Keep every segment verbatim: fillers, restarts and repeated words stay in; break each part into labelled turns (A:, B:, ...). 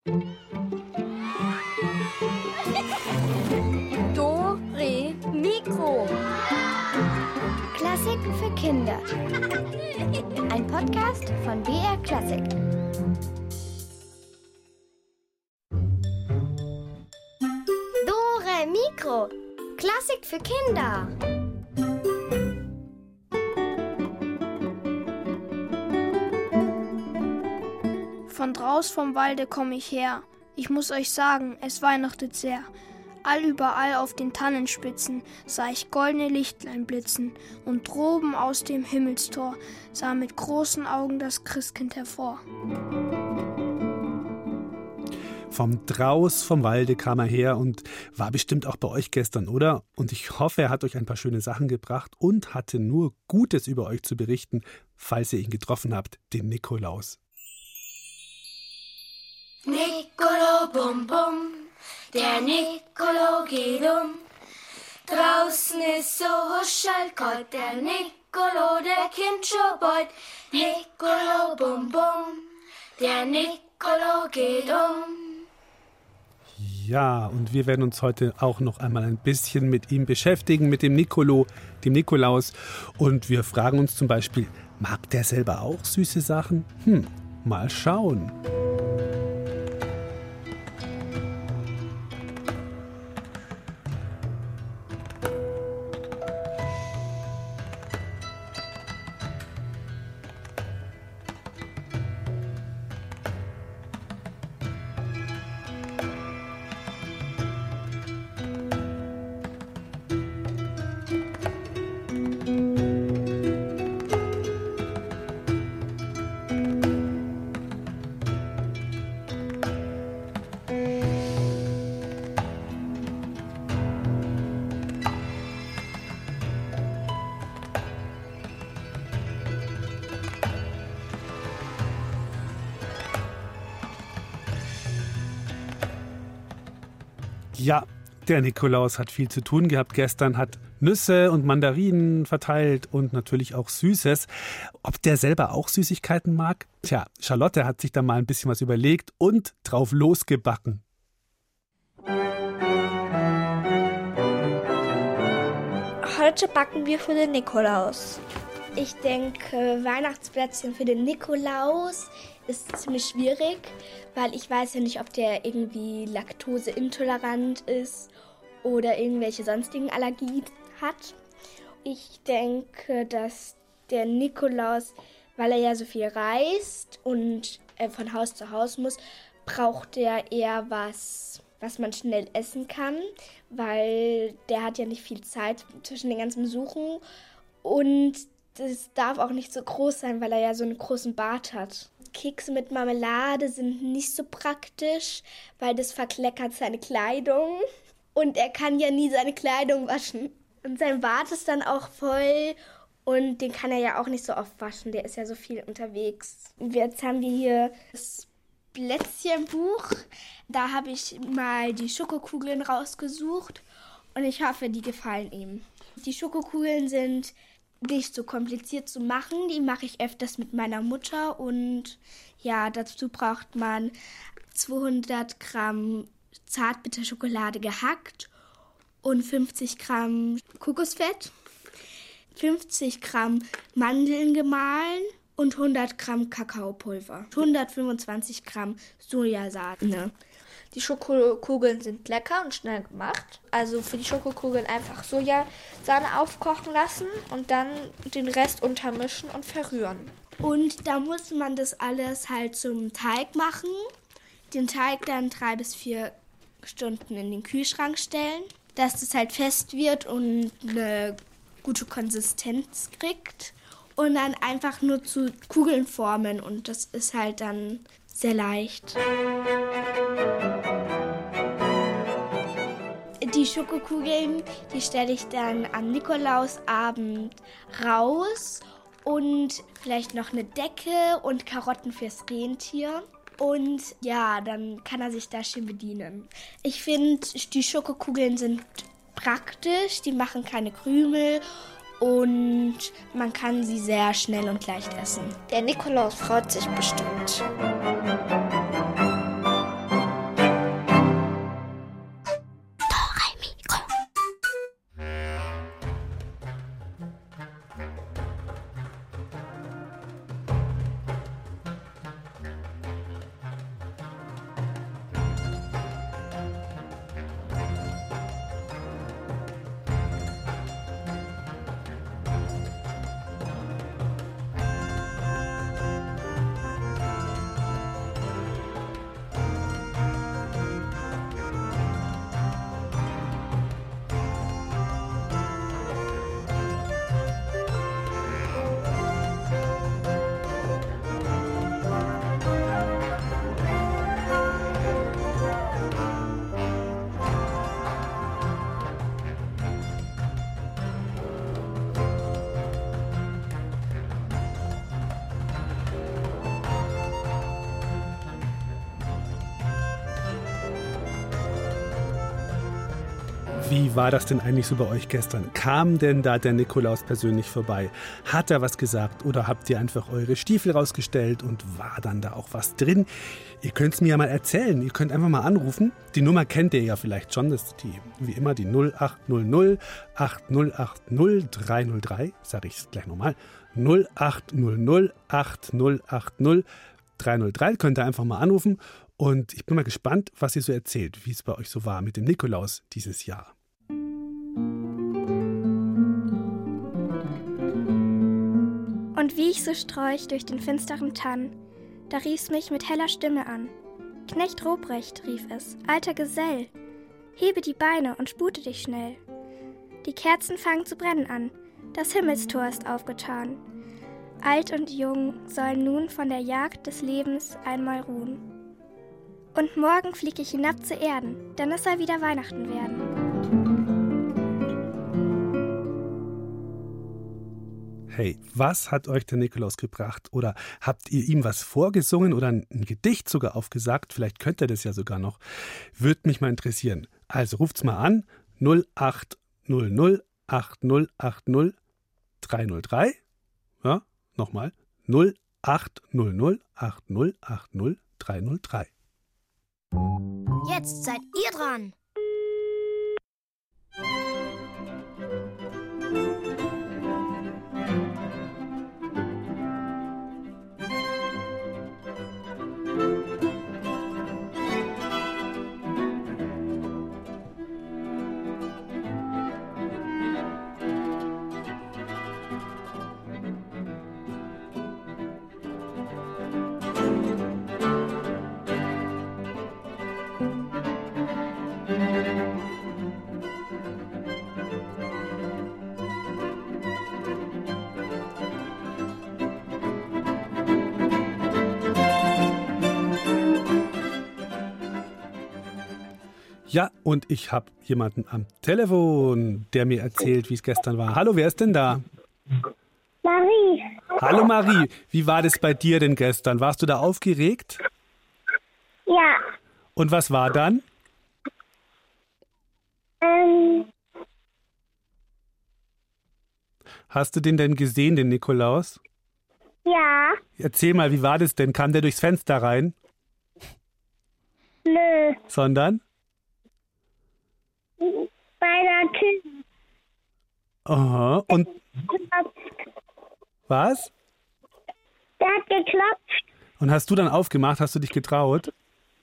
A: Dore Mikro.
B: Klassiken für Kinder. Ein Podcast von B R Klassik. Dore Mikro. Klassik für Kinder.
C: Von draus vom Walde komm ich her. Ich muss euch sagen, es weihnachtet sehr. Allüberall auf den Tannenspitzen sah ich goldene Lichtlein blitzen, und droben aus dem Himmelstor sah mit großen Augen das Christkind hervor.
D: Vom Draus vom Walde kam er her und war bestimmt auch bei euch gestern, oder? Und ich hoffe, er hat euch ein paar schöne Sachen gebracht und hatte nur Gutes über euch zu berichten, falls ihr ihn getroffen habt, den Nikolaus.
E: Nicolo bum bum, der Nicolo geht um. Draußen ist so huschalkalt, der Nicolo, der Kind schon bald. Nicolo bum bum, der Nicolo geht um.
D: Ja, und wir werden uns heute auch noch einmal ein bisschen mit ihm beschäftigen, mit dem Nicolo, dem Nikolaus. Und wir fragen uns zum Beispiel, mag der selber auch süße Sachen? Hm, mal schauen. Ja, der Nikolaus hat viel zu tun gehabt gestern, hat Nüsse und Mandarinen verteilt und natürlich auch Süßes. Ob der selber auch Süßigkeiten mag? Tja, Charlotte hat sich da mal ein bisschen was überlegt und drauf losgebacken.
F: Heute backen wir für den Nikolaus. Ich denke, Weihnachtsplätzchen für den Nikolaus ist ziemlich schwierig, weil ich weiß ja nicht, ob der irgendwie laktoseintolerant ist oder irgendwelche sonstigen Allergien hat. Ich denke, dass der Nikolaus, weil er ja so viel reist und äh, von Haus zu Haus muss, braucht er eher was, was man schnell essen kann, weil der hat ja nicht viel Zeit zwischen den ganzen Besuchen und das darf auch nicht so groß sein, weil er ja so einen großen Bart hat. Kekse mit Marmelade sind nicht so praktisch, weil das verkleckert seine Kleidung. Und er kann ja nie seine Kleidung waschen. Und sein Bart ist dann auch voll und den kann er ja auch nicht so oft waschen. Der ist ja so viel unterwegs. Und jetzt haben wir hier das Plätzchenbuch. Da habe ich mal die Schokokugeln rausgesucht und ich hoffe, die gefallen ihm. Die Schokokugeln sind nicht so kompliziert zu machen. Die mache ich öfters mit meiner Mutter und ja, dazu braucht man zweihundert Gramm Zartbitterschokolade gehackt und fünfzig Gramm Kokosfett, fünfzig Gramm Mandeln gemahlen und hundert Gramm Kakaopulver, hundertfünfundzwanzig Gramm Sojasahne. Die Schokokugeln sind lecker und schnell gemacht. Also für die Schokokugeln einfach Sojasahne aufkochen lassen und dann den Rest untermischen und verrühren. Und da muss man das alles halt zum Teig machen. Den Teig dann drei bis vier Stunden in den Kühlschrank stellen, dass das halt fest wird und eine gute Konsistenz kriegt. Und dann einfach nur zu Kugeln formen und das ist halt dann sehr leicht. Die Schokokugeln, die stelle ich dann am Nikolausabend raus und vielleicht noch eine Decke und Karotten fürs Rentier. Und ja, dann kann er sich da schön bedienen. Ich finde, die Schokokugeln sind praktisch, die machen keine Krümel und man kann sie sehr schnell und leicht essen. Der Nikolaus freut sich bestimmt.
D: Wie war das denn eigentlich so bei euch gestern? Kam denn da der Nikolaus persönlich vorbei? Hat er was gesagt oder habt ihr einfach eure Stiefel rausgestellt und war dann da auch was drin? Ihr könnt es mir ja mal erzählen. Ihr könnt einfach mal anrufen. Die Nummer kennt ihr ja vielleicht schon. Das ist die, wie immer die null acht null null acht null acht null drei null drei. Sag ich es gleich nochmal. null acht null null acht null acht null drei null drei. Könnt ihr einfach mal anrufen. Und ich bin mal gespannt, was ihr so erzählt, wie es bei euch so war mit dem Nikolaus dieses Jahr.
F: Und wie ich so streuch durch den finsteren Tann, da rief's mich mit heller Stimme an. Knecht Ruprecht, rief es, alter Gesell, hebe die Beine und spute dich schnell. Die Kerzen fangen zu brennen an, das Himmelstor ist aufgetan. Alt und jung sollen nun von der Jagd des Lebens einmal ruhen. Und morgen flieg ich hinab zu Erden, denn es soll wieder Weihnachten werden.
D: Hey, was hat euch der Nikolaus gebracht? Oder habt ihr ihm was vorgesungen oder ein Gedicht sogar aufgesagt? Vielleicht könnt ihr das ja sogar noch. Würde mich mal interessieren. Also ruft's mal an. null acht null null acht null acht null drei null drei. Ja, nochmal. null acht null null acht null acht null drei null drei.
B: Jetzt seid ihr dran.
D: Ja, und ich habe jemanden am Telefon, der mir erzählt, wie es gestern war. Hallo, wer ist denn da?
G: Marie.
D: Hallo Marie, wie war das bei dir denn gestern? Warst du da aufgeregt?
G: Ja.
D: Und was war dann?
G: Ähm.
D: Hast du den denn gesehen, den Nikolaus?
G: Ja.
D: Erzähl mal, wie war das denn? Kam der durchs Fenster rein?
G: Nö.
D: Sondern?
G: Bei der Tür.
D: Aha, und was?
G: Der hat geklopft.
D: Und hast du dann aufgemacht? Hast du dich getraut?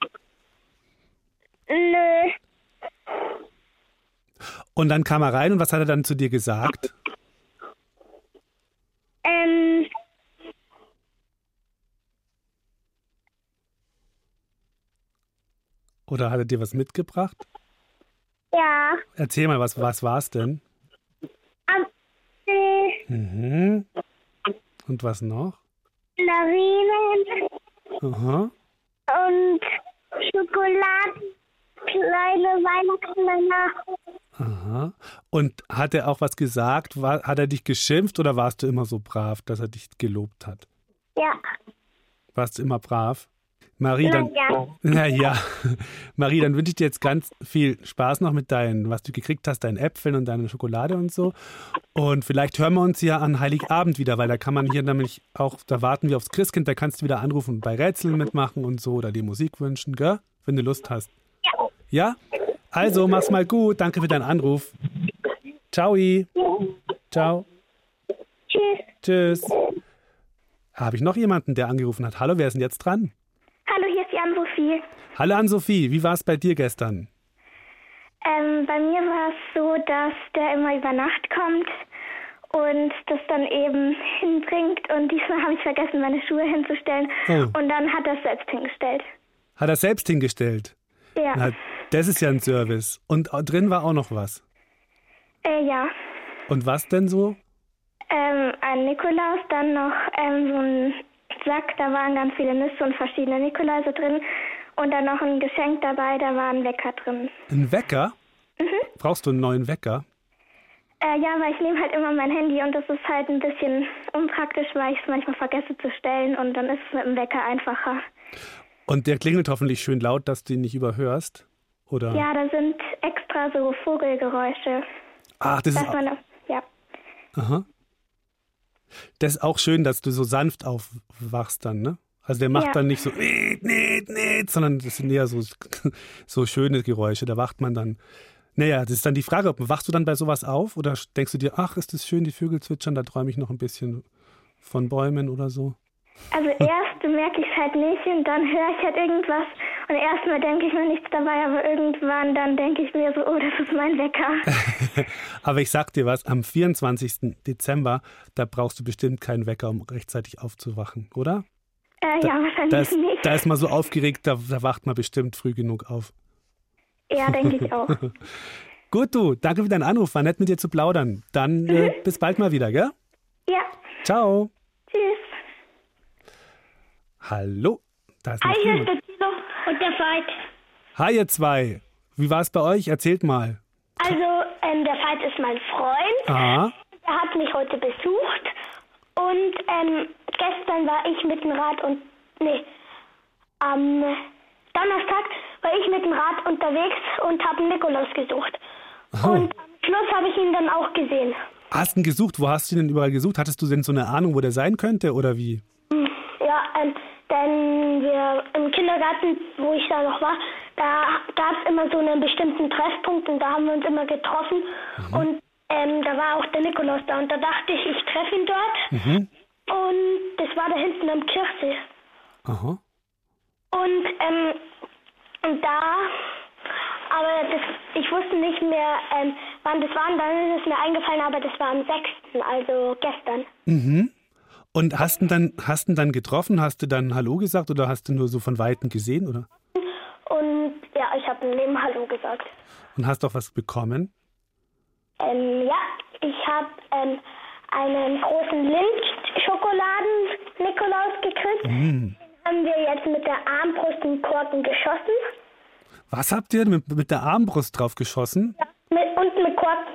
G: Nö.
D: Und dann kam er rein und was hat er dann zu dir gesagt?
G: Ähm.
D: Oder hat er dir was mitgebracht?
G: Ja.
D: Erzähl mal, was, was war's denn?
G: Apfel.
D: Mhm. Und was noch?
G: Mandarinen.
D: Aha.
G: Und Schokolade. Kleine Weihnachtsmänner.
D: Aha. Und hat er auch was gesagt? War, hat er dich geschimpft oder warst du immer so brav, dass er dich gelobt hat?
G: Ja.
D: Warst du immer brav? Marie, dann,
G: Ja.
D: na ja. Marie, dann wünsche ich dir jetzt ganz viel Spaß noch mit deinen, was du gekriegt hast, deinen Äpfeln und deiner Schokolade und so. Und vielleicht hören wir uns ja an Heiligabend wieder, weil da kann man hier nämlich auch, da warten wir aufs Christkind, da kannst du wieder anrufen und bei Rätseln mitmachen und so oder dir Musik wünschen, gell? Wenn du Lust hast.
G: Ja.
D: Ja? Also, mach's mal gut. Danke für deinen Anruf. Ciao. Ciao.
G: Tschüss.
D: Tschüss. Habe ich noch jemanden, der angerufen hat? Hallo, wer ist denn jetzt dran?
G: Hallo, hier ist die Ann-Sophie.
D: Hallo Ann-Sophie, wie war es bei dir gestern?
G: Ähm, bei mir war es so, dass der immer über Nacht kommt und das dann eben hinbringt. Und diesmal habe ich vergessen, meine Schuhe hinzustellen.
D: Oh.
G: Und dann hat er es selbst hingestellt.
D: Hat er selbst hingestellt?
G: Ja.
D: Na, das ist ja ein Service. Und drin war auch noch was.
G: Äh, ja.
D: Und was denn so?
G: Ähm, ein Nikolaus, dann noch ähm, so ein Sack, da waren ganz viele Nüsse und verschiedene Nikoläuse drin. Und dann noch ein Geschenk dabei, da war ein Wecker drin.
D: Ein Wecker?
G: Mhm.
D: Brauchst du einen neuen Wecker?
G: Äh, ja, weil ich nehme halt immer mein Handy und das ist halt ein bisschen unpraktisch, weil ich es manchmal vergesse zu stellen und dann ist es mit dem Wecker einfacher.
D: Und der klingelt hoffentlich schön laut, dass du ihn nicht überhörst, oder?
G: Ja, da sind extra extra so Vogelgeräusche.
D: Ach, das ist
G: Dass man, ja.
D: Aha. Das ist auch schön, dass du so sanft aufwachst dann, ne? Also der macht
G: Ja.
D: dann nicht so, niet, niet, niet, sondern das sind eher so, so schöne Geräusche. Da wacht man dann. Naja, das ist dann die Frage, ob wachst du dann bei sowas auf oder denkst du dir, ach, ist das schön, die Vögel zwitschern, da träume ich noch ein bisschen von Bäumen oder so?
G: Also erst merke ich es halt nicht und dann höre ich halt irgendwas und erstmal denke ich noch nichts dabei, aber irgendwann dann denke ich mir so, oh, das ist mein Wecker.
D: Aber ich sag dir was, am vierundzwanzigsten Dezember, da brauchst du bestimmt keinen Wecker, um rechtzeitig aufzuwachen, oder?
G: Äh,
D: Da,
G: ja, wahrscheinlich
D: da, ist,
G: nicht.
D: da ist man so aufgeregt, da, da wacht man bestimmt früh genug auf.
G: Ja, denke ich auch.
D: Gut, du, danke für deinen Anruf, war nett mit dir zu plaudern. Dann äh, bis bald mal wieder, gell?
G: Ja,
D: Ciao.
G: tschüss.
D: Hallo, da ist noch
G: Hi, hier ist
D: jemand.
G: der Tilo und der Veit.
D: Hi, ihr zwei. Wie war es bei euch? Erzählt mal.
G: Also, ähm, der Veit ist mein Freund.
D: Aha.
G: Er hat mich heute besucht und ähm, gestern war ich mit dem Rad und nee, am Donnerstag war ich mit dem Rad unterwegs und habe Nikolaus gesucht.
D: Oh.
G: Und am Schluss habe ich ihn dann auch gesehen.
D: Hast du ihn gesucht? Wo hast du ihn denn überall gesucht? Hattest du denn so eine Ahnung, wo der sein könnte oder wie?
G: Ja, ähm, denn wir im Kindergarten, wo ich da noch war, da gab es immer so einen bestimmten Treffpunkt und da haben wir uns immer getroffen.
D: Mhm.
G: Und ähm, da war auch der Nikolaus da und da dachte ich, ich treffe ihn dort.
D: Mhm.
G: Und das war da hinten am Kirchsee.
D: Aha.
G: Und, ähm, und da, aber das, ich wusste nicht mehr, ähm, wann das war und dann ist es mir eingefallen, aber das war am sechsten, also gestern.
D: Mhm. Und hast du dann, hast du dann getroffen? Hast du dann Hallo gesagt oder hast du nur so von Weitem gesehen, oder?
G: Und ja, ich habe neben Hallo gesagt.
D: Und hast auch was bekommen?
G: Ähm, ja, ich habe ähm, einen großen Lindt-Schokoladen-Nikolaus gekriegt.
D: Mm.
G: Den haben wir jetzt mit der Armbrust und Korken geschossen.
D: Was habt ihr mit, mit der Armbrust drauf geschossen?
G: Ja, mit, und mit Korken.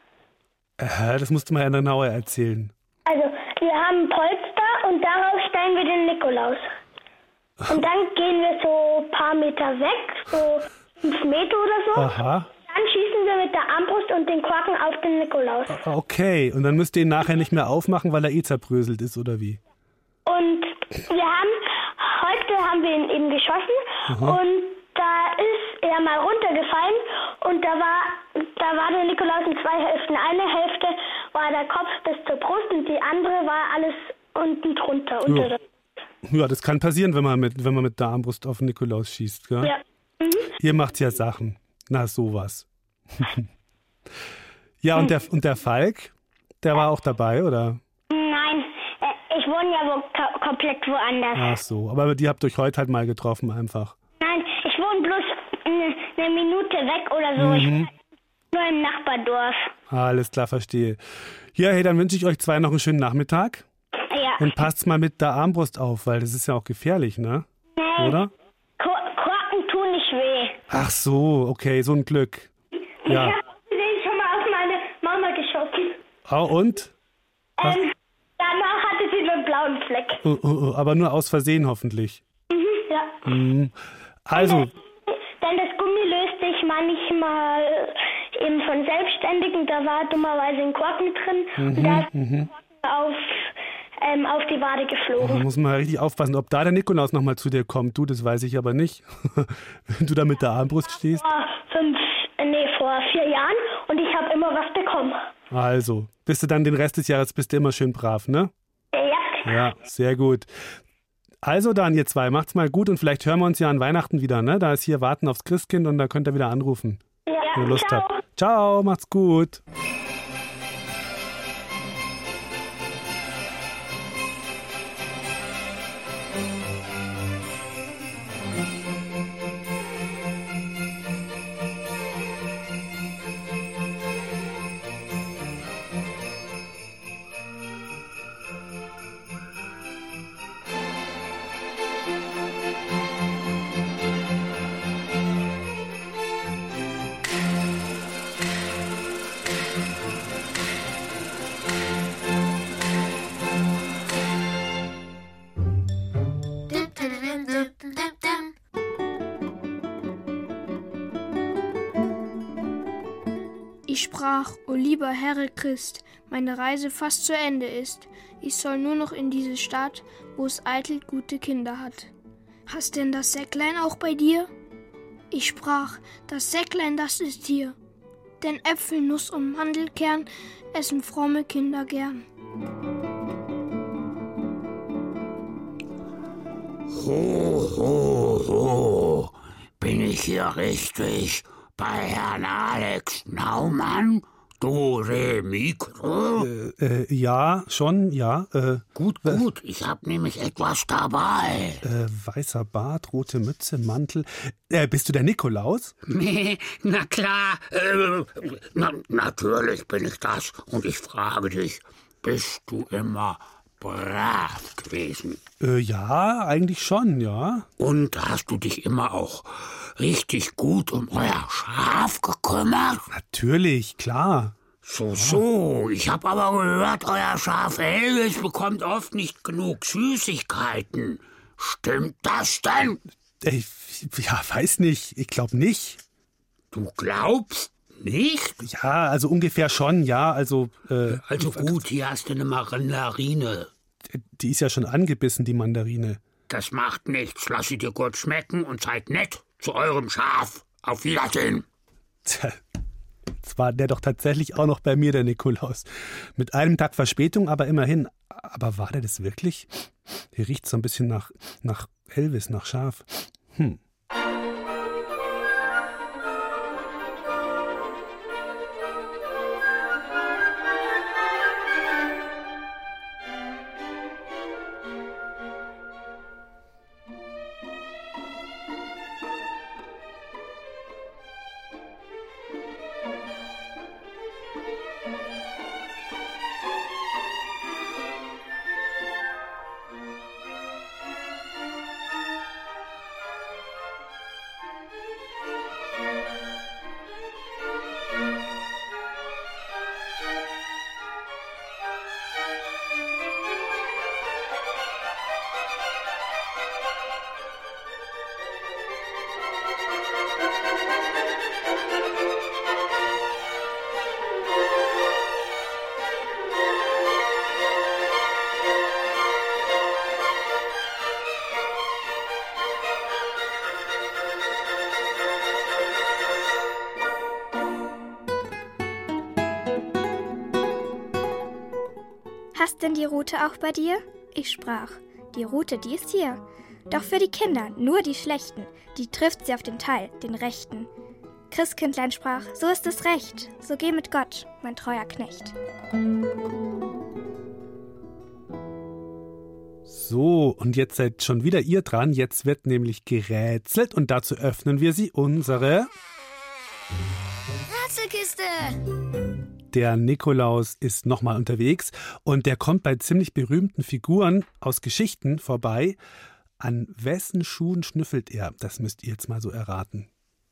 D: Äh, das musst du mal genauer erzählen.
G: Also, wir haben ein Polster und darauf stellen wir den Nikolaus. Und dann gehen wir so ein paar Meter weg, so fünf Meter oder so.
D: Aha.
G: Dann schießen wir mit der Armbrust und den Korken auf den Nikolaus.
D: Okay, und dann müsst ihr ihn nachher nicht mehr aufmachen, weil er eh zerbröselt ist, oder wie?
G: Und wir haben, heute haben wir ihn eben geschossen.
D: Aha.
G: Und da ist er mal runtergefallen und da war, da war der Nikolaus in zwei Hälften. Eine Hälfte war der Kopf bis zur Brust und die andere war alles unten drunter. Unter
D: Ja.
G: der
D: Ja, das kann passieren, wenn man mit, wenn man mit der Armbrust auf den Nikolaus schießt, gell?
G: Ja. Mhm.
D: Ihr macht ja Sachen. Na, sowas. Ja, und der, und der Falk, der war auch dabei, oder?
G: Nein, äh, ich wohne ja wo, ko- komplett woanders.
D: Ach so, aber die habt euch heute halt mal getroffen einfach.
G: Nein, ich wohne bloß eine, eine Minute weg oder so.
D: Mhm.
G: Ich wohne nur im Nachbardorf.
D: Alles klar, verstehe. Ja, hey, dann wünsche ich euch zwei noch einen schönen Nachmittag.
G: Ja.
D: Und passt mal mit der Armbrust auf, weil das ist ja auch gefährlich, ne?
G: Nee,
D: Oder?
G: Ko- Korken tun nicht weh.
D: Ach so, okay, so ein Glück. Ja.
G: Ich habe den schon mal auf meine Mama geschossen.
D: Oh, und? Was?
G: Ähm, danach hatte sie nur einen blauen Fleck.
D: Oh, oh, oh, aber nur aus Versehen hoffentlich.
G: Mhm, ja.
D: Mhm. Also,
G: Denn das Gummi löst sich manchmal eben von selbstständig und da war dummerweise ein Korken drin und da ist der Korken auf, ähm, auf die Wade
D: da
G: geflogen.
D: muss man richtig aufpassen, ob da der Nikolaus nochmal zu dir kommt. Du, das weiß ich aber nicht. Wenn du da mit der Armbrust stehst.
G: Vor fünf, nee, vor vier Jahren und ich habe immer was bekommen.
D: Also, bist du dann den Rest des Jahres bist du immer schön brav, ne?
G: Ja.
D: Ja, sehr gut. Also dann, ihr zwei, macht's mal gut und vielleicht hören wir uns ja an Weihnachten wieder, ne? Da ist hier Warten aufs Christkind und da könnt ihr wieder anrufen,
G: Ja,
D: wenn ihr Lust
G: ciao.
D: habt. Ciao, macht's gut.
C: Ich sprach, o lieber Herr Christ, meine Reise fast zu Ende ist. Ich soll nur noch in diese Stadt, wo es eitel gute Kinder hat. Hast denn das Säcklein auch bei dir? Ich sprach, das Säcklein, das ist hier. Denn Äpfel, Nuss und Mandelkern essen fromme Kinder gern.
H: Ho, ho, ho. Bin ich hier richtig bei Herrn Alex Naumann? Dore Mikro?
D: Äh, äh, ja, schon, ja. Äh,
H: gut, gut, ich hab nämlich etwas dabei.
D: Äh, weißer Bart, rote Mütze, Mantel. Äh, bist du der Nikolaus?
H: Nee, na klar. Äh, na, natürlich bin ich das. Und ich frage dich, bist du immer brav gewesen?
D: Äh, ja, eigentlich schon, ja.
H: Und hast du dich immer auch richtig gut um euer Schaf gekümmert?
D: Natürlich, klar.
H: So, so. Ich hab aber gehört, euer Schaf Elvis bekommt oft nicht genug Süßigkeiten. Stimmt das denn?
D: Ich, ja, weiß nicht. Ich glaube nicht.
H: Du glaubst nicht?
D: Ja, also ungefähr schon, ja. Also, äh,
H: also gut, hier hast du eine Mandarine.
D: Die ist ja schon angebissen, die Mandarine.
H: Das macht nichts. Lass sie dir gut schmecken und seid nett zu eurem Schaf. Auf Wiedersehen.
D: Tja, jetzt war der doch tatsächlich auch noch bei mir, der Nikolaus. Mit einem Tag Verspätung, aber immerhin. Aber war der das wirklich? Hier riecht so ein bisschen nach, nach Elvis, nach Schaf. Hm.
F: Hast denn die Rute auch bei dir? Ich sprach, die Rute, die ist hier. Doch für die Kinder, nur die Schlechten, die trifft sie auf den Teil, den Rechten. Christkindlein sprach, so ist es recht, so geh mit Gott, mein treuer Knecht.
D: So, und jetzt seid schon wieder ihr dran. Jetzt wird nämlich gerätselt und dazu öffnen wir sie unsere
A: Rätselkiste.
D: Der Nikolaus ist nochmal unterwegs und der kommt bei ziemlich berühmten Figuren aus Geschichten vorbei. An wessen Schuhen schnüffelt er? Das müsst ihr jetzt mal so erraten.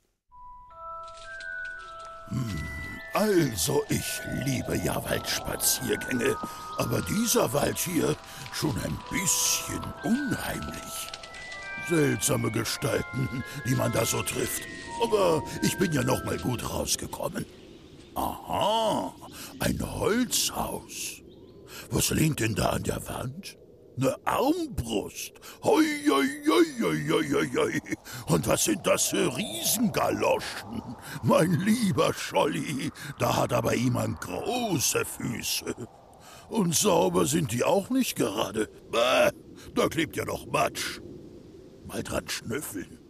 I: Also, ich liebe ja Waldspaziergänge, aber dieser Wald hier schon ein bisschen unheimlich. Seltsame Gestalten, die man da so trifft. Aber ich bin ja noch mal gut rausgekommen. Aha, ein Holzhaus. Was lehnt denn da an der Wand? Eine Armbrust. Hoi, hoi, hoi, hoi, hoi, hoi. Und was sind das für Riesengaloschen? Mein lieber Scholli, da hat aber jemand große Füße. Und sauber sind die auch nicht gerade. Bäh, da klebt ja noch Matsch. Mal dran schnüffeln.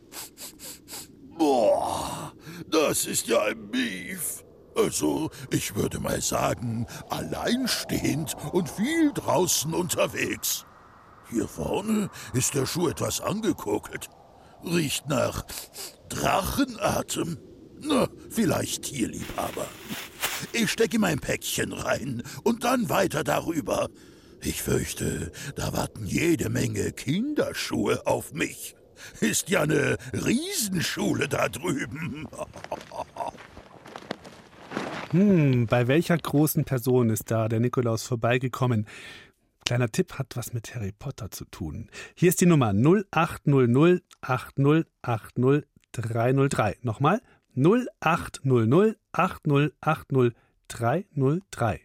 I: Boah, das ist ja ein Beef. Also, ich würde mal sagen, alleinstehend und viel draußen unterwegs. Hier vorne ist der Schuh etwas angekokelt. Riecht nach Drachenatem. Na, vielleicht Tierliebhaber. Ich stecke mein Päckchen rein und dann weiter darüber. Ich fürchte, da warten jede Menge Kinderschuhe auf mich. Ist ja eine Riesenschule da drüben.
D: Hm, bei welcher großen Person ist da der Nikolaus vorbeigekommen? Kleiner Tipp, hat was mit Harry Potter zu tun. Hier ist die Nummer null acht null null acht null acht null drei null drei. Nochmal null acht null null acht null acht null drei null drei.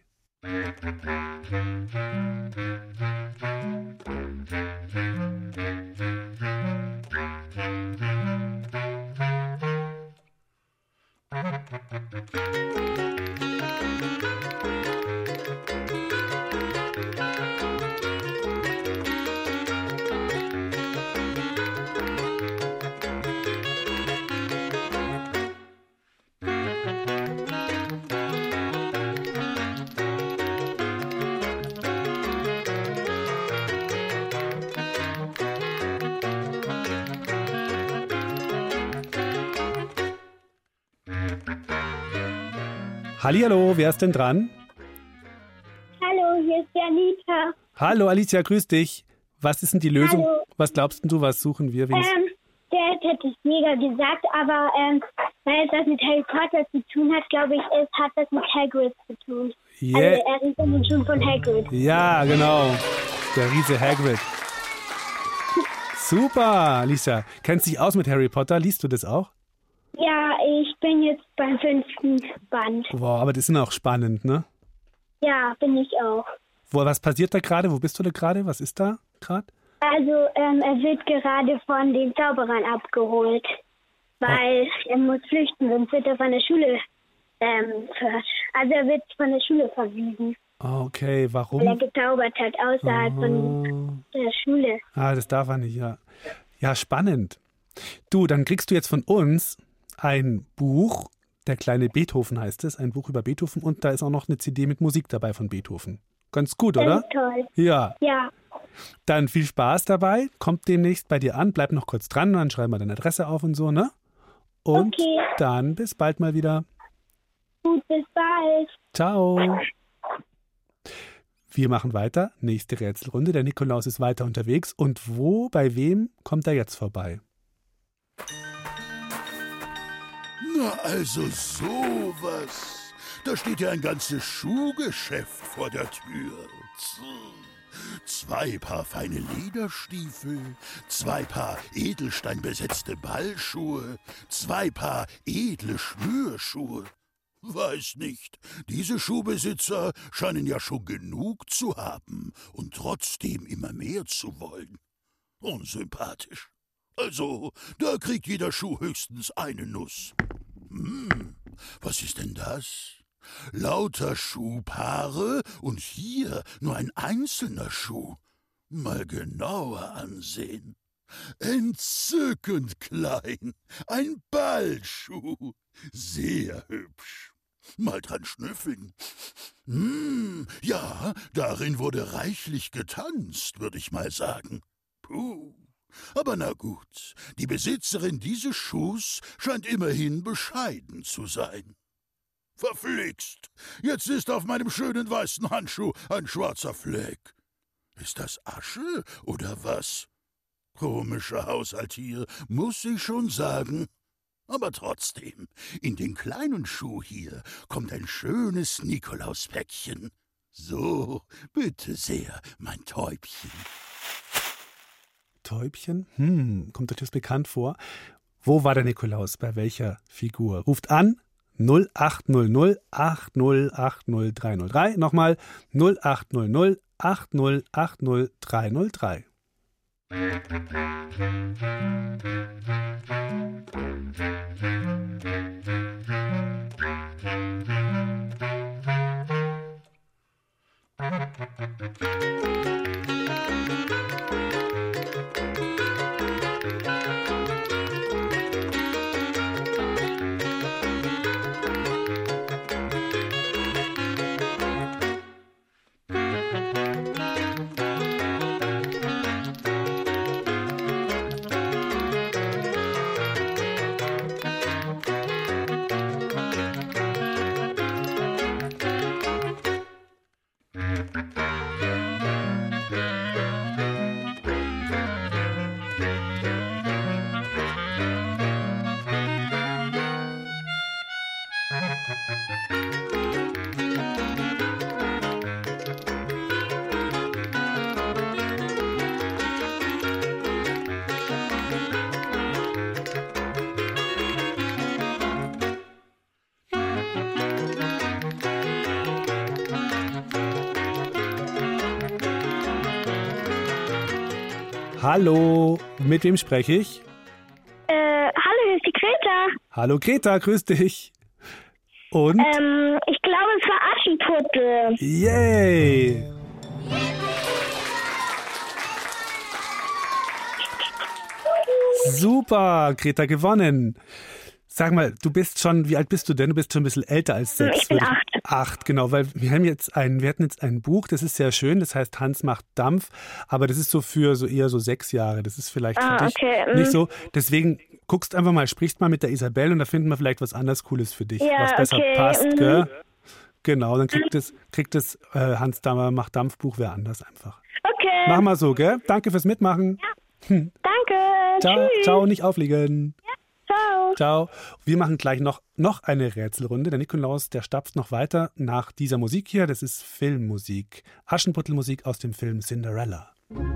D: Hallihallo, wer ist denn dran?
G: Hallo, hier ist die Anita.
D: Hallo Alicia, grüß dich. Was ist denn die Lösung?
G: Hallo.
D: Was glaubst denn du, was suchen wir? Wenigstens?
G: Ähm, der hätte es mega gesagt, aber ähm, weil es was mit Harry Potter zu tun hat, glaube ich, es hat was mit Hagrid zu tun.
D: Yeah.
G: Also er ist in den Schuhen von Hagrid.
D: Ja, genau. Der Riese Hagrid. Super, Alicia. Kennst du dich aus mit Harry Potter? Liest du das auch?
G: Ja, ich bin jetzt beim fünften Band.
D: Wow, aber das ist auch spannend, ne?
G: Ja, bin ich auch.
D: Wo, was passiert da gerade? Wo bist du da gerade? Was ist da gerade?
G: Also, ähm, er wird gerade von den Zauberern abgeholt, weil oh. er muss flüchten, sonst wird er von der Schule, ähm, ver- also er wird von der Schule verwiesen.
D: Okay, warum?
G: Weil er gezaubert hat, außerhalb oh. von der Schule.
D: Ah, das darf er nicht, ja. Ja, spannend. Du, dann kriegst du jetzt von uns ein Buch, Der kleine Beethoven heißt es, ein Buch über Beethoven und da ist auch noch eine C D mit Musik dabei von Beethoven. Ganz gut, oder?
G: Ganz toll.
D: Ja.
G: Ja.
D: Dann viel Spaß dabei, kommt demnächst bei dir an, bleib noch kurz dran, dann schreiben wir deine Adresse auf und so, ne? Und
G: okay.
D: Dann bis bald mal wieder.
G: Gut, bis bald.
D: Ciao. Wir machen weiter, nächste Rätselrunde, der Nikolaus ist weiter unterwegs und wo, bei wem kommt er jetzt vorbei?
I: Na, also sowas. Da steht ja ein ganzes Schuhgeschäft vor der Tür. Zwei Paar feine Lederstiefel, zwei Paar edelsteinbesetzte Ballschuhe, zwei Paar edle Schmürschuhe. Weiß nicht, diese Schuhbesitzer scheinen ja schon genug zu haben und trotzdem immer mehr zu wollen. Unsympathisch. Also, da kriegt jeder Schuh höchstens eine Nuss. Hm, was ist denn das? Lauter Schuhpaare und hier nur ein einzelner Schuh. Mal genauer ansehen. Entzückend klein. Ein Ballschuh. Sehr hübsch. Mal dran schnüffeln. Hm, ja, darin wurde reichlich getanzt, würde ich mal sagen. Puh. Aber na gut, die Besitzerin dieses Schuhs scheint immerhin bescheiden zu sein. Verflixt! Jetzt ist auf meinem schönen weißen Handschuh ein schwarzer Fleck. Ist das Asche oder was? Komischer Haushalt hier, muss ich schon sagen. Aber trotzdem, in den kleinen Schuh hier kommt ein schönes Nikolauspäckchen. So, bitte sehr, mein Täubchen.
D: Täubchen? Hm, kommt euch das bekannt vor? Wo war der Nikolaus? Bei welcher Figur? Ruft an null acht null null acht null acht null drei null drei. Nochmal null acht null null acht null acht null drei null drei. Hallo, mit wem spreche ich?
G: Äh, hallo, hier ist die Greta.
D: Hallo Greta, grüß dich. Und?
G: Ähm, ich glaube, es war Aschenputtel.
D: Yay! Super, Greta gewonnen. Sag mal, du bist schon, wie alt bist du denn? Du bist schon ein bisschen älter als sechs.
G: Ich bin acht.
D: Acht, genau, weil wir haben jetzt ein, wir hatten jetzt ein Buch, das ist sehr schön, das heißt Hans macht Dampf, aber das ist so für so eher so sechs Jahre. Das ist vielleicht
G: Ah,
D: für dich
G: okay,
D: nicht
G: mm.
D: so. Deswegen guckst einfach mal, sprichst mal mit der Isabel und da finden wir vielleicht was anderes Cooles für dich,
G: Ja,
D: was besser
G: okay,
D: passt,
G: mhm.
D: gell? Genau, dann kriegt es, kriegt es äh, Hans Dammer macht Dampfbuch wer anders einfach.
G: Okay.
D: Mach mal so, gell? Danke fürs Mitmachen.
G: Danke.
D: Ciao,
G: Tschüss.
D: ciao, nicht aufliegen.
G: Ciao.
D: Ciao. Wir machen gleich noch, noch eine Rätselrunde. Der Nikolaus, der stapft noch weiter nach dieser Musik hier. Das ist Filmmusik. Aschenputtelmusik aus dem Film Cinderella.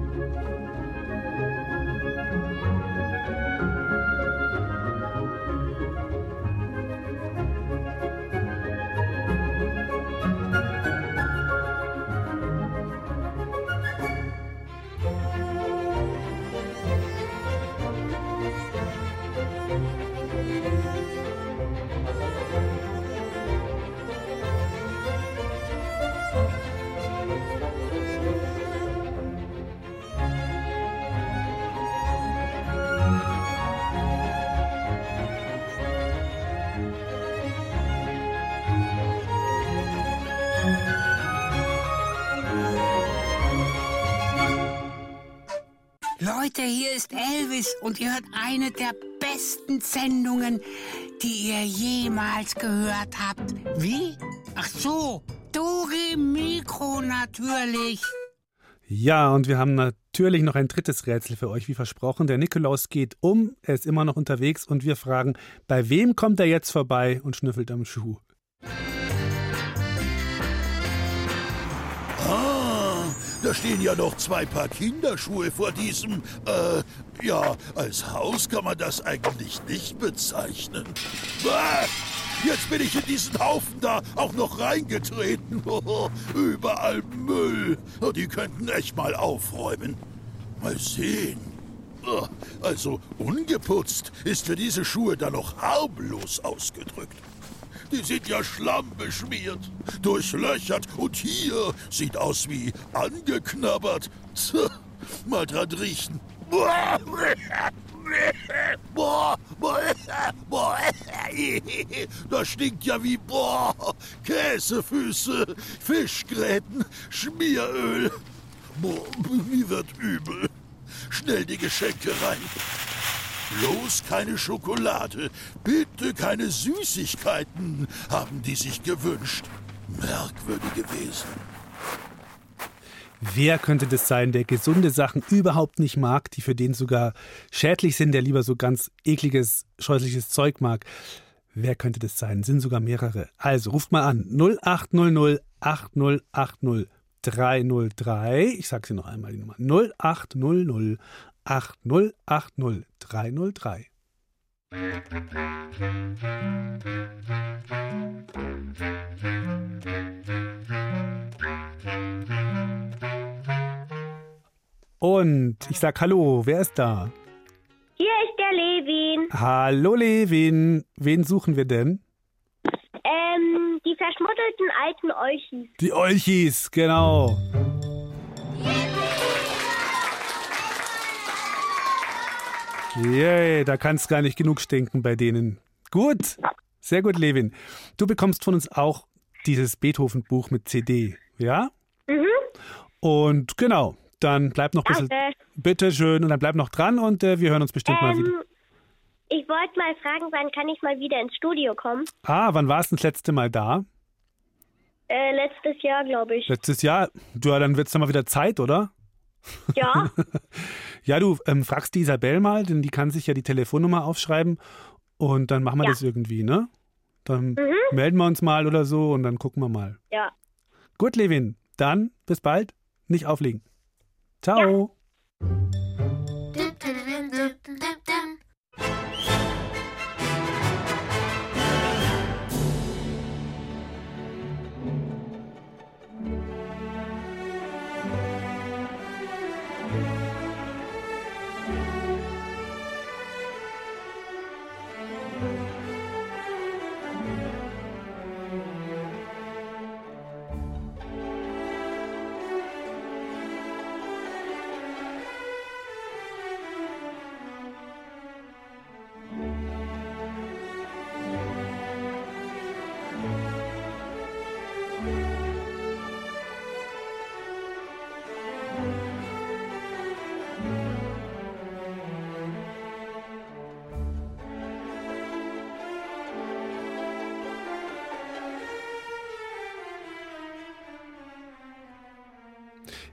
H: Leute, hier ist Elvis und ihr hört eine der besten Sendungen, die ihr jemals gehört habt. Wie? Ach so, Dore Mikro natürlich.
D: Ja, und wir haben natürlich noch ein drittes Rätsel für euch, wie versprochen. Der Nikolaus geht um, er ist immer noch unterwegs und wir fragen, bei wem kommt er jetzt vorbei und schnüffelt am Schuh?
I: Ah, da stehen ja noch zwei Paar Kinderschuhe vor diesem, äh, ja, als Haus kann man das eigentlich nicht bezeichnen. Bah! Jetzt bin ich in diesen Haufen da auch noch reingetreten. Überall Müll. Die könnten echt mal aufräumen. Mal sehen. Also ungeputzt ist für diese Schuhe da noch harmlos ausgedrückt. Die sind ja schlammbeschmiert, durchlöchert und hier sieht aus wie angeknabbert. Tja, mal dran riechen. Boah, boah, boah, das stinkt ja wie boah, Käsefüße, Fischgräten, Schmieröl. Boah, mir wird übel. Schnell die Geschenke rein. Bloß keine Schokolade, bitte keine Süßigkeiten, haben die sich gewünscht. Merkwürdige Wesen.
D: Wer könnte das sein, der gesunde Sachen überhaupt nicht mag, die für den sogar schädlich sind, der lieber so ganz ekliges, scheußliches Zeug mag? Wer könnte das sein? Sind sogar mehrere. Also ruft mal an null acht null null acht null acht null drei null drei. Ich sage sie noch einmal die Nummer. null acht null null acht null acht null drei null drei. Und ich sag Hallo, wer ist da?
G: Hier ist der Levin.
D: Hallo Levin, wen suchen wir denn?
G: Ähm, die verschmuttelten alten Olchis.
D: Die Olchis, genau. Yay, da kann es gar nicht genug stinken bei denen. Gut, sehr gut, Levin. Du bekommst von uns auch dieses Beethoven-Buch mit C D, ja?
G: Mhm.
D: Und genau, dann bleib noch ein bisschen.
G: Danke.
D: Bitteschön, und dann bleib noch dran und äh, wir hören uns bestimmt mal wieder.
G: Ähm, ich wollte mal fragen, wann kann ich mal wieder ins Studio kommen?
D: Ah, wann warst du das letzte Mal da?
G: Äh, letztes Jahr, glaube ich.
D: Letztes Jahr? Ja, dann wird es dann mal wieder Zeit, oder?
G: Ja.
D: Ja, du ähm, fragst die Isabel mal, denn die kann sich ja die Telefonnummer aufschreiben und dann machen wir
G: Ja.
D: das irgendwie, ne? Dann
G: Mhm.
D: melden wir uns mal oder so und dann gucken wir mal.
G: Ja.
D: Gut, Levin, dann bis bald. Nicht auflegen. Ciao.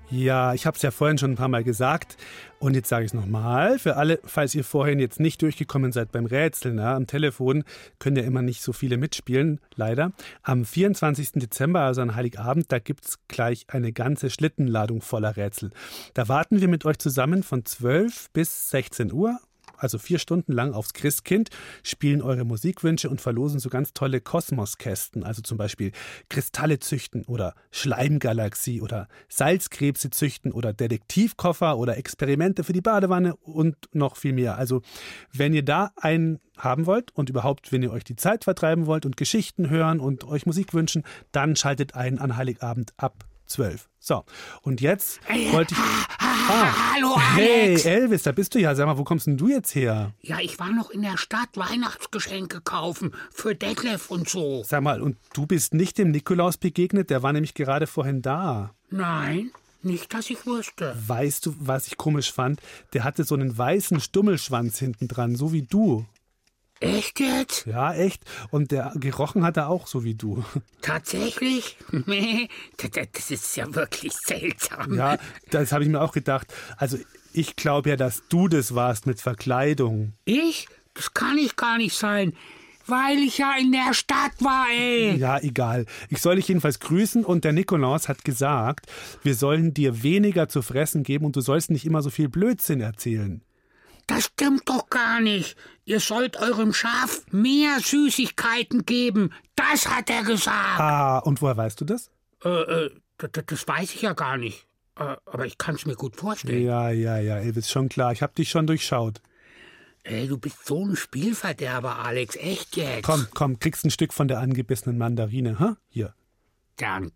D: Ja, ich habe es ja vorhin schon ein paar Mal gesagt und jetzt sage ich es nochmal. Für alle, falls ihr vorhin jetzt nicht durchgekommen seid beim Rätseln, ja, am Telefon können ja immer nicht so viele mitspielen, leider. Am vierundzwanzigsten Dezember, also an Heiligabend, da gibt es gleich eine ganze Schlittenladung voller Rätsel. Da warten wir mit euch zusammen von zwölf bis sechzehn Uhr. Also vier Stunden lang aufs Christkind, spielen eure Musikwünsche und verlosen so ganz tolle Kosmoskästen. Also zum Beispiel Kristalle züchten oder Schleimgalaxie oder Salzkrebse züchten oder Detektivkoffer oder Experimente für die Badewanne und noch viel mehr. Also wenn ihr da einen haben wollt und überhaupt, wenn ihr euch die Zeit vertreiben wollt und Geschichten hören und euch Musik wünschen, dann schaltet ein an Heiligabend ab zwölf. So, und jetzt wollte ich... Ah,
H: Hallo Alex!
D: Hey Elvis, da bist du ja. Sag mal, wo kommst denn du jetzt her?
H: Ja, ich war noch in der Stadt Weihnachtsgeschenke kaufen für Detlef und so.
D: Sag mal, und du bist nicht dem Nikolaus begegnet? Der war nämlich gerade vorhin da.
H: Nein, nicht, dass ich wusste.
D: Weißt du, was ich komisch fand? Der hatte so einen weißen Stummelschwanz hinten dran, so wie du.
H: Echt jetzt?
D: Ja, echt. Und der gerochen hat er auch, so wie du.
H: Tatsächlich? Nee, das ist ja wirklich seltsam.
D: Ja, das habe ich mir auch gedacht. Also ich glaube ja, dass du das warst mit Verkleidung.
H: Ich? Das kann ich gar nicht sein, weil ich ja in der Stadt war, ey.
D: Ja, egal. Ich soll dich jedenfalls grüßen und der Nikolaus hat gesagt, wir sollen dir weniger zu fressen geben und du sollst nicht immer so viel Blödsinn erzählen.
H: Das stimmt doch gar nicht. Ihr sollt eurem Schaf mehr Süßigkeiten geben. Das hat er gesagt.
D: Ah, und woher weißt du das?
H: Äh, äh, das, das weiß ich ja gar nicht. Äh, aber ich kann es mir gut vorstellen.
D: Ja, ja, ja, Elvis, schon klar. Ich hab dich schon durchschaut.
H: Ey, du bist so ein Spielverderber, Alex. Echt jetzt?
D: Komm, komm, kriegst ein Stück von der angebissenen Mandarine, hä? Hier.
H: Danke.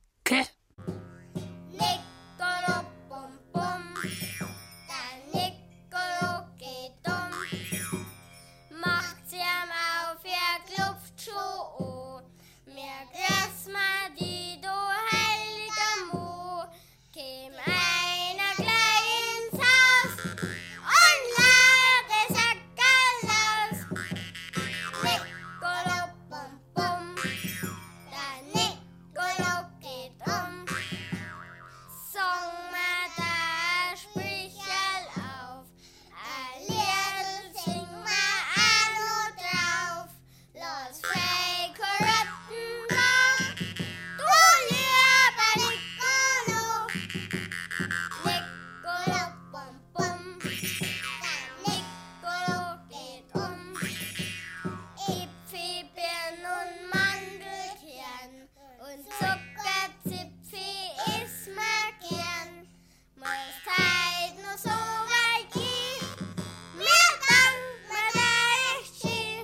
E: Nicolo, bum, bum. Der Nicolo geht um. Macht sie am auf, ihr Klupfschuh. Oh. Mir grüß mal die, du heilige Mu. Käm einer gleich ins Haus und lade Sackerl aus. Nicolo, bum, bum. Der Nicolo geht um. Song mal da Sprüchel auf. A Liedl sing mal Anno drauf. Los frei Korretten mach. Du lieber Nicolo. Nicolo, bum, bum. Der Nicolo geht um. Äpfel, Birnen und Mandelkern und Zuckerzipfel isst man gern. Muss halt nur so weit gehen, mir dankt man da echt schön.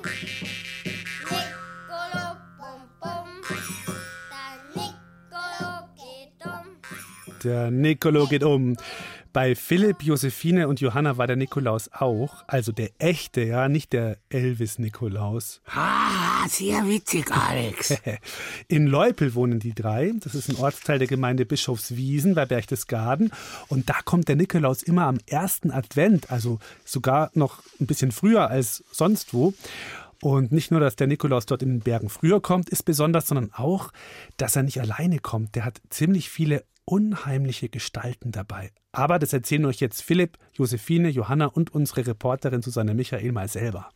E: Nicolo, bum, bum, der Nicolo geht um.
D: Der Nicolo geht um. Bei Philipp, Josephine und Johanna war der Nikolaus auch. Also der echte, ja, nicht der Elvis-Nikolaus.
H: Ah, sehr witzig, Alex.
D: In Leupel wohnen die drei. Das ist ein Ortsteil der Gemeinde Bischofswiesen bei Berchtesgaden. Und da kommt der Nikolaus immer am ersten Advent, also sogar noch ein bisschen früher als sonst wo. Und nicht nur, dass der Nikolaus dort in den Bergen früher kommt, ist besonders, sondern auch, dass er nicht alleine kommt. Der hat ziemlich viele unheimliche Gestalten dabei. Aber das erzählen euch jetzt Philipp, Josephine, Johanna und unsere Reporterin Susanne Michael mal selber.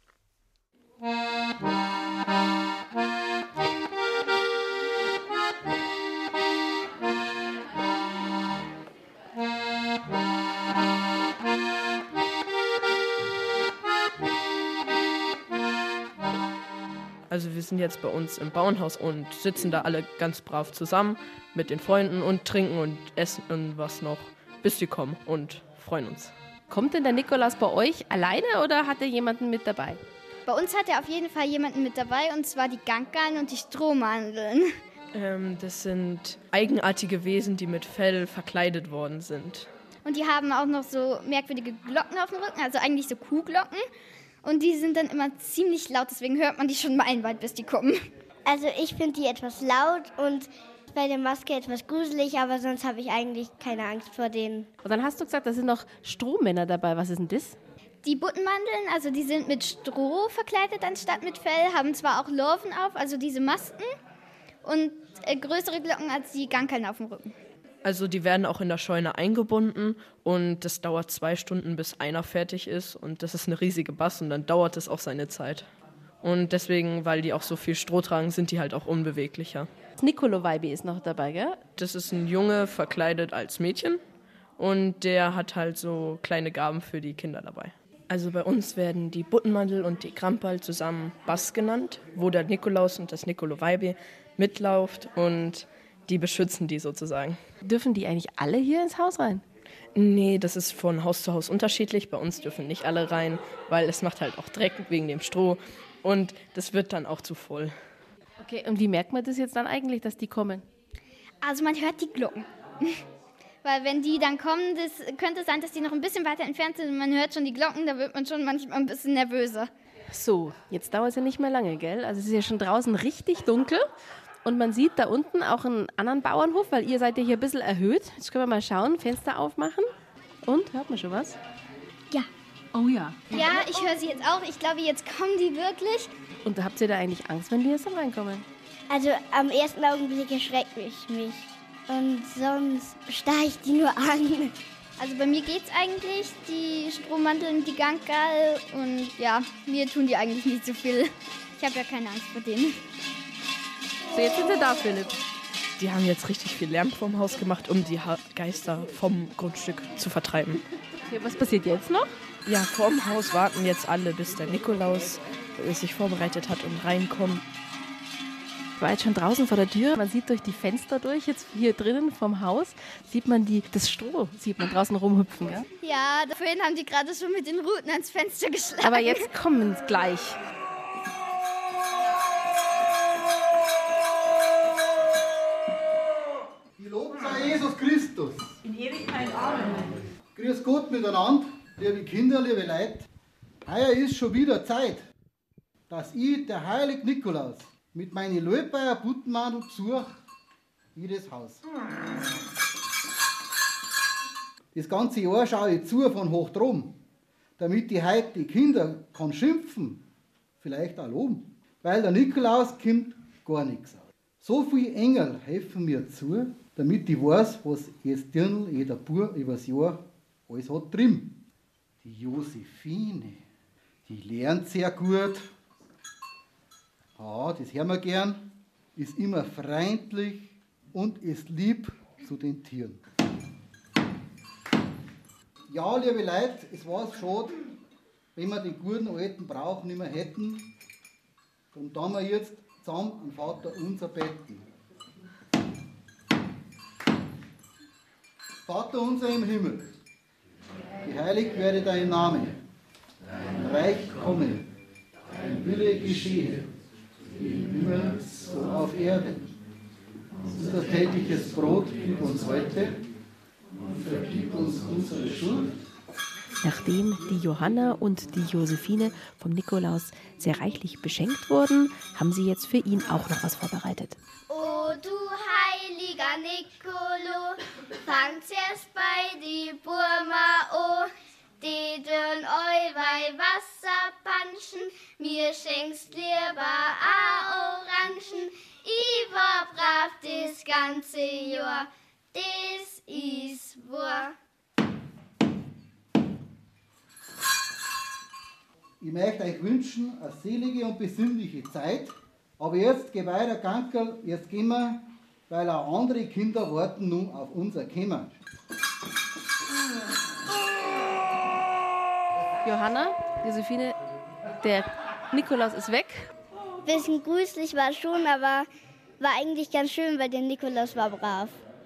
J: Also wir sind jetzt bei uns im Bauernhaus und sitzen da alle ganz brav zusammen mit den Freunden und trinken und essen und was noch, bis die kommen und freuen uns.
K: Kommt denn der Nikolaus bei euch alleine oder hat er jemanden mit dabei?
B: Bei uns hat er auf jeden Fall jemanden mit dabei, und zwar die Gankeln und die Strohmandeln.
J: Ähm, das sind eigenartige Wesen, die mit Fell verkleidet worden sind.
B: Und die haben auch noch so merkwürdige Glocken auf dem Rücken, also eigentlich so Kuhglocken. Und die sind dann immer ziemlich laut, deswegen hört man die schon meilenweit, bis die kommen.
G: Also ich finde die etwas laut und bei der Maske etwas gruselig, aber sonst habe ich eigentlich keine Angst vor denen.
K: Und dann hast du gesagt, da sind noch Strohmänner dabei. Was ist denn das?
B: Die Buttenmandeln, also die sind mit Stroh verkleidet anstatt mit Fell, haben zwar auch Lorven auf, also diese Masken, und äh, größere Glocken als die Gankeln auf dem Rücken.
J: Also die werden auch in der Scheune eingebunden und das dauert zwei Stunden, bis einer fertig ist. Und das ist eine riesige Bass und dann dauert es auch seine Zeit. Und deswegen, weil die auch so viel Stroh tragen, sind die halt auch unbeweglicher.
K: Das Nicolo-Weibi ist noch dabei, gell?
J: Das ist ein Junge verkleidet als Mädchen und der hat halt so kleine Gaben für die Kinder dabei. Also bei uns werden die Buttenmandel und die Kramperl zusammen Bass genannt, wo der Nikolaus und das Nicolo-Weibi mitlauft und die beschützen die sozusagen.
K: Dürfen die eigentlich alle hier ins Haus rein?
J: Nee, das ist von Haus zu Haus unterschiedlich. Bei uns dürfen nicht alle rein, weil es macht halt auch Dreck wegen dem Stroh und das wird dann auch zu voll.
K: Okay, und wie merkt man das jetzt dann eigentlich, dass die kommen?
B: Also man hört die Glocken. Weil wenn die dann kommen, das könnte sein, dass die noch ein bisschen weiter entfernt sind und man hört schon die Glocken, da wird man schon manchmal ein bisschen nervöser.
K: So, jetzt dauert es ja nicht mehr lange, gell? Also es ist ja schon draußen richtig dunkel und man sieht da unten auch einen anderen Bauernhof, weil ihr seid ja hier ein bisschen erhöht. Jetzt können wir mal schauen, Fenster aufmachen. Und, hört man schon was?
B: Ja.
K: Oh ja.
B: Ja, ich höre sie jetzt auch. Ich glaube, jetzt kommen die wirklich.
K: Und habt ihr da eigentlich Angst, wenn die jetzt da reinkommen?
L: Also am ersten Augenblick erschreckt mich mich. Und sonst starre ich die nur an.
B: Also bei mir geht's eigentlich, die Strohmantel und die Gankerl. Und ja, mir tun die eigentlich nicht so viel. Ich habe ja keine Angst vor denen.
K: So, jetzt sind sie da, Philipp.
J: Die haben jetzt richtig viel Lärm vorm Haus gemacht, um die Geister vom Grundstück zu vertreiben.
K: Okay, was passiert jetzt noch?
J: Ja, vorm Haus warten jetzt alle, bis der Nikolaus sich vorbereitet hat und reinkommt.
K: Ich war jetzt schon draußen vor der Tür. Man sieht durch die Fenster durch, jetzt hier drinnen vom Haus, sieht man die, das Stroh sieht man draußen rumhüpfen. Ja,
B: ja, vorhin haben die gerade schon mit den Ruten ans Fenster geschlagen.
K: Aber jetzt kommen sie gleich.
M: Gelobt sei Jesus Christus.
N: In Ewigkeit Amen.
M: Grüß Gott miteinander, liebe Kinder, liebe Leute. Heuer ist schon wieder Zeit, dass ich, der heilige Nikolaus, mit meinen Löbeier Buttenmandel besuche jedes Haus. Das ganze Jahr schaue ich zu von hoch drum, damit die heute die Kinder kann schimpfen, vielleicht auch loben, weil der Nikolaus kommt gar nichts aus. So viele Engel helfen mir zu, damit ich weiß, was jetzt Dirndl, jeder Bub übers Jahr alles hat drin. Die Josephine, die lernt sehr gut. Ja, das hören wir gern, ist immer freundlich und ist lieb zu den Tieren. Ja, liebe Leute, es war schade, wenn wir den guten alten Brauch nicht mehr hätten. Darum tun wir jetzt zusammen an Vater unser beten. Vater unser im Himmel, geheiligt werde dein Name, dein Reich komme, dein Wille geschehe, wie im Himmel, so auf Erden. Unser tägliches Brot gib uns heute und vergib uns unsere Schuld.
K: Nachdem die Johanna und die Josephine vom Nikolaus sehr reichlich beschenkt wurden, haben sie jetzt für ihn auch noch was vorbereitet.
E: O du heiliger Nicolo, fang zuerst bei die Burma o, die dürn eu bei Wasser panschen, mir schenkst lieber a Orangen, i war brav das ganze Jahr, das is wahr.
M: Ich möchte euch wünschen eine selige und besinnliche Zeit. Aber jetzt geh weiter, Gankerl, jetzt gehen wir, weil auch andere Kinder warten nun auf unser Kommen.
K: Johanna, Josephine, der Nikolaus ist weg.
L: Bisschen gruselig war schon, aber war eigentlich ganz schön, weil der Nikolaus war brav.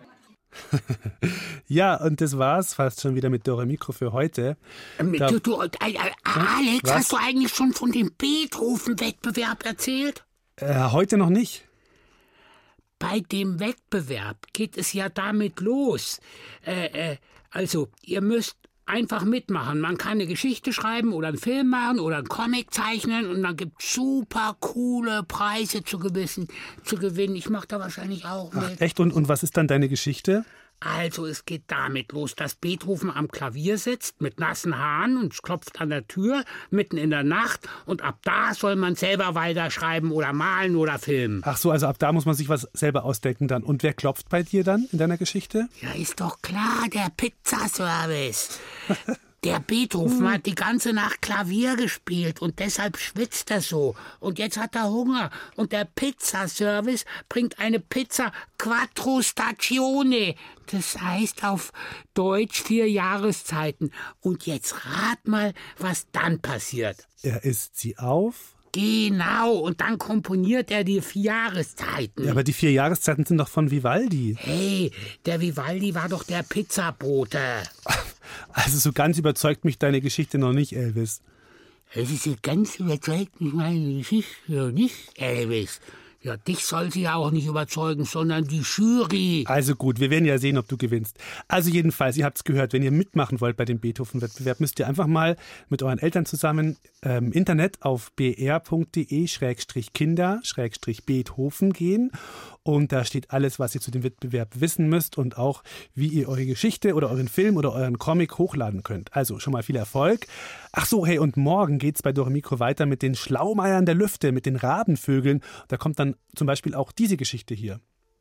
D: Ja, und das war's fast schon wieder mit Dore Mikro für heute.
H: Ähm,
D: Da-
H: du, du, äh, äh, Alex,
D: Was?
H: hast du eigentlich schon von dem Beethoven-Wettbewerb erzählt?
D: Äh, heute noch nicht.
H: Bei dem Wettbewerb geht es ja damit los. Äh, äh, also, ihr müsst einfach mitmachen. Man kann eine Geschichte schreiben oder einen Film machen oder einen Comic zeichnen und dann gibt es super coole Preise zu gewissen, zu gewinnen. Ich mache da wahrscheinlich auch
D: Ach,
H: mit.
D: echt? Und, und was ist dann deine Geschichte?
H: Also es geht damit los, dass Beethoven am Klavier sitzt mit nassen Haaren und klopft an der Tür mitten in der Nacht und ab da soll man selber weiterschreiben oder malen oder filmen.
D: Ach so, also ab da muss man sich was selber ausdenken dann. Und wer klopft bei dir dann in deiner Geschichte?
H: Ja, ist doch klar, der Pizzaservice. Der Beethoven hat die ganze Nacht Klavier gespielt und deshalb schwitzt er so. Und jetzt hat er Hunger. Und der Pizzaservice bringt eine Pizza Quattro Stagione. Das heißt auf Deutsch vier Jahreszeiten. Und jetzt rat mal, was dann passiert.
D: Er isst sie auf.
H: Genau, und dann komponiert er die vier Jahreszeiten.
D: Ja, aber die vier Jahreszeiten sind doch von Vivaldi.
H: Hey, der Vivaldi war doch der Pizzabote.
D: Also so ganz überzeugt mich deine Geschichte noch nicht, Elvis.
H: Es ist so ganz überzeugt mich meine Geschichte nicht, Elvis. Ja, dich soll sie ja auch nicht überzeugen, sondern die Jury.
D: Also gut, wir werden ja sehen, ob du gewinnst. Also jedenfalls, ihr habt es gehört, wenn ihr mitmachen wollt bei dem Beethoven-Wettbewerb, müsst ihr einfach mal mit euren Eltern zusammen im ähm, Internet auf b r punkt d e Schrägstrich kinder Schrägstrich Beethoven gehen. Und da steht alles, was ihr zu dem Wettbewerb wissen müsst und auch, wie ihr eure Geschichte oder euren Film oder euren Comic hochladen könnt. Also schon mal viel Erfolg. Ach so, hey, und morgen geht's bei Dore Mikro weiter mit den Schlaumeiern der Lüfte, mit den Rabenvögeln. Da kommt dann zum Beispiel auch diese Geschichte hier.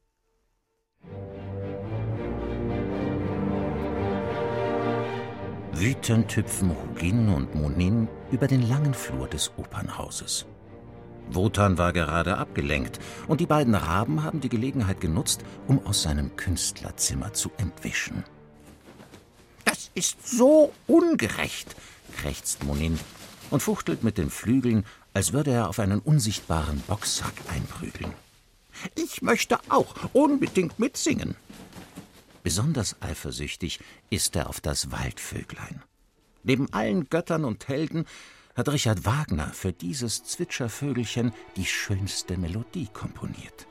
N: Wütend hüpfen Hugin und Monin über den langen Flur des Opernhauses. Wotan war gerade abgelenkt und die beiden Raben haben die Gelegenheit genutzt, um aus seinem Künstlerzimmer zu entwischen. »Das ist so ungerecht«, krächzt Monin und fuchtelt mit den Flügeln, als würde er auf einen unsichtbaren Boxsack einprügeln. »Ich möchte auch unbedingt mitsingen.« Besonders eifersüchtig ist er auf das Waldvöglein. Neben allen Göttern und Helden hat Richard Wagner für dieses Zwitschervögelchen die schönste Melodie komponiert.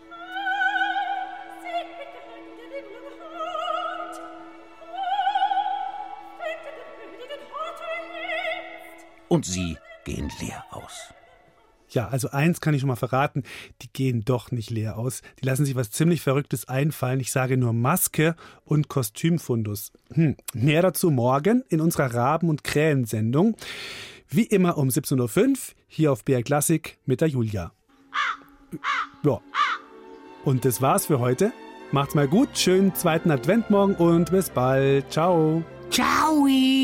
N: Und sie gehen leer aus.
D: Ja, also eins kann ich schon mal verraten, die gehen doch nicht leer aus. Die lassen sich was ziemlich Verrücktes einfallen. Ich sage nur Maske und Kostümfundus. Hm, mehr dazu morgen in unserer Raben- und Krähen-Sendung. Wie immer um siebzehn Uhr fünf hier auf B R Klassik mit der Julia. Ja. Und das war's für heute. Macht's mal gut, schönen zweiten Advent morgen und bis bald. Ciao.
H: Ciao.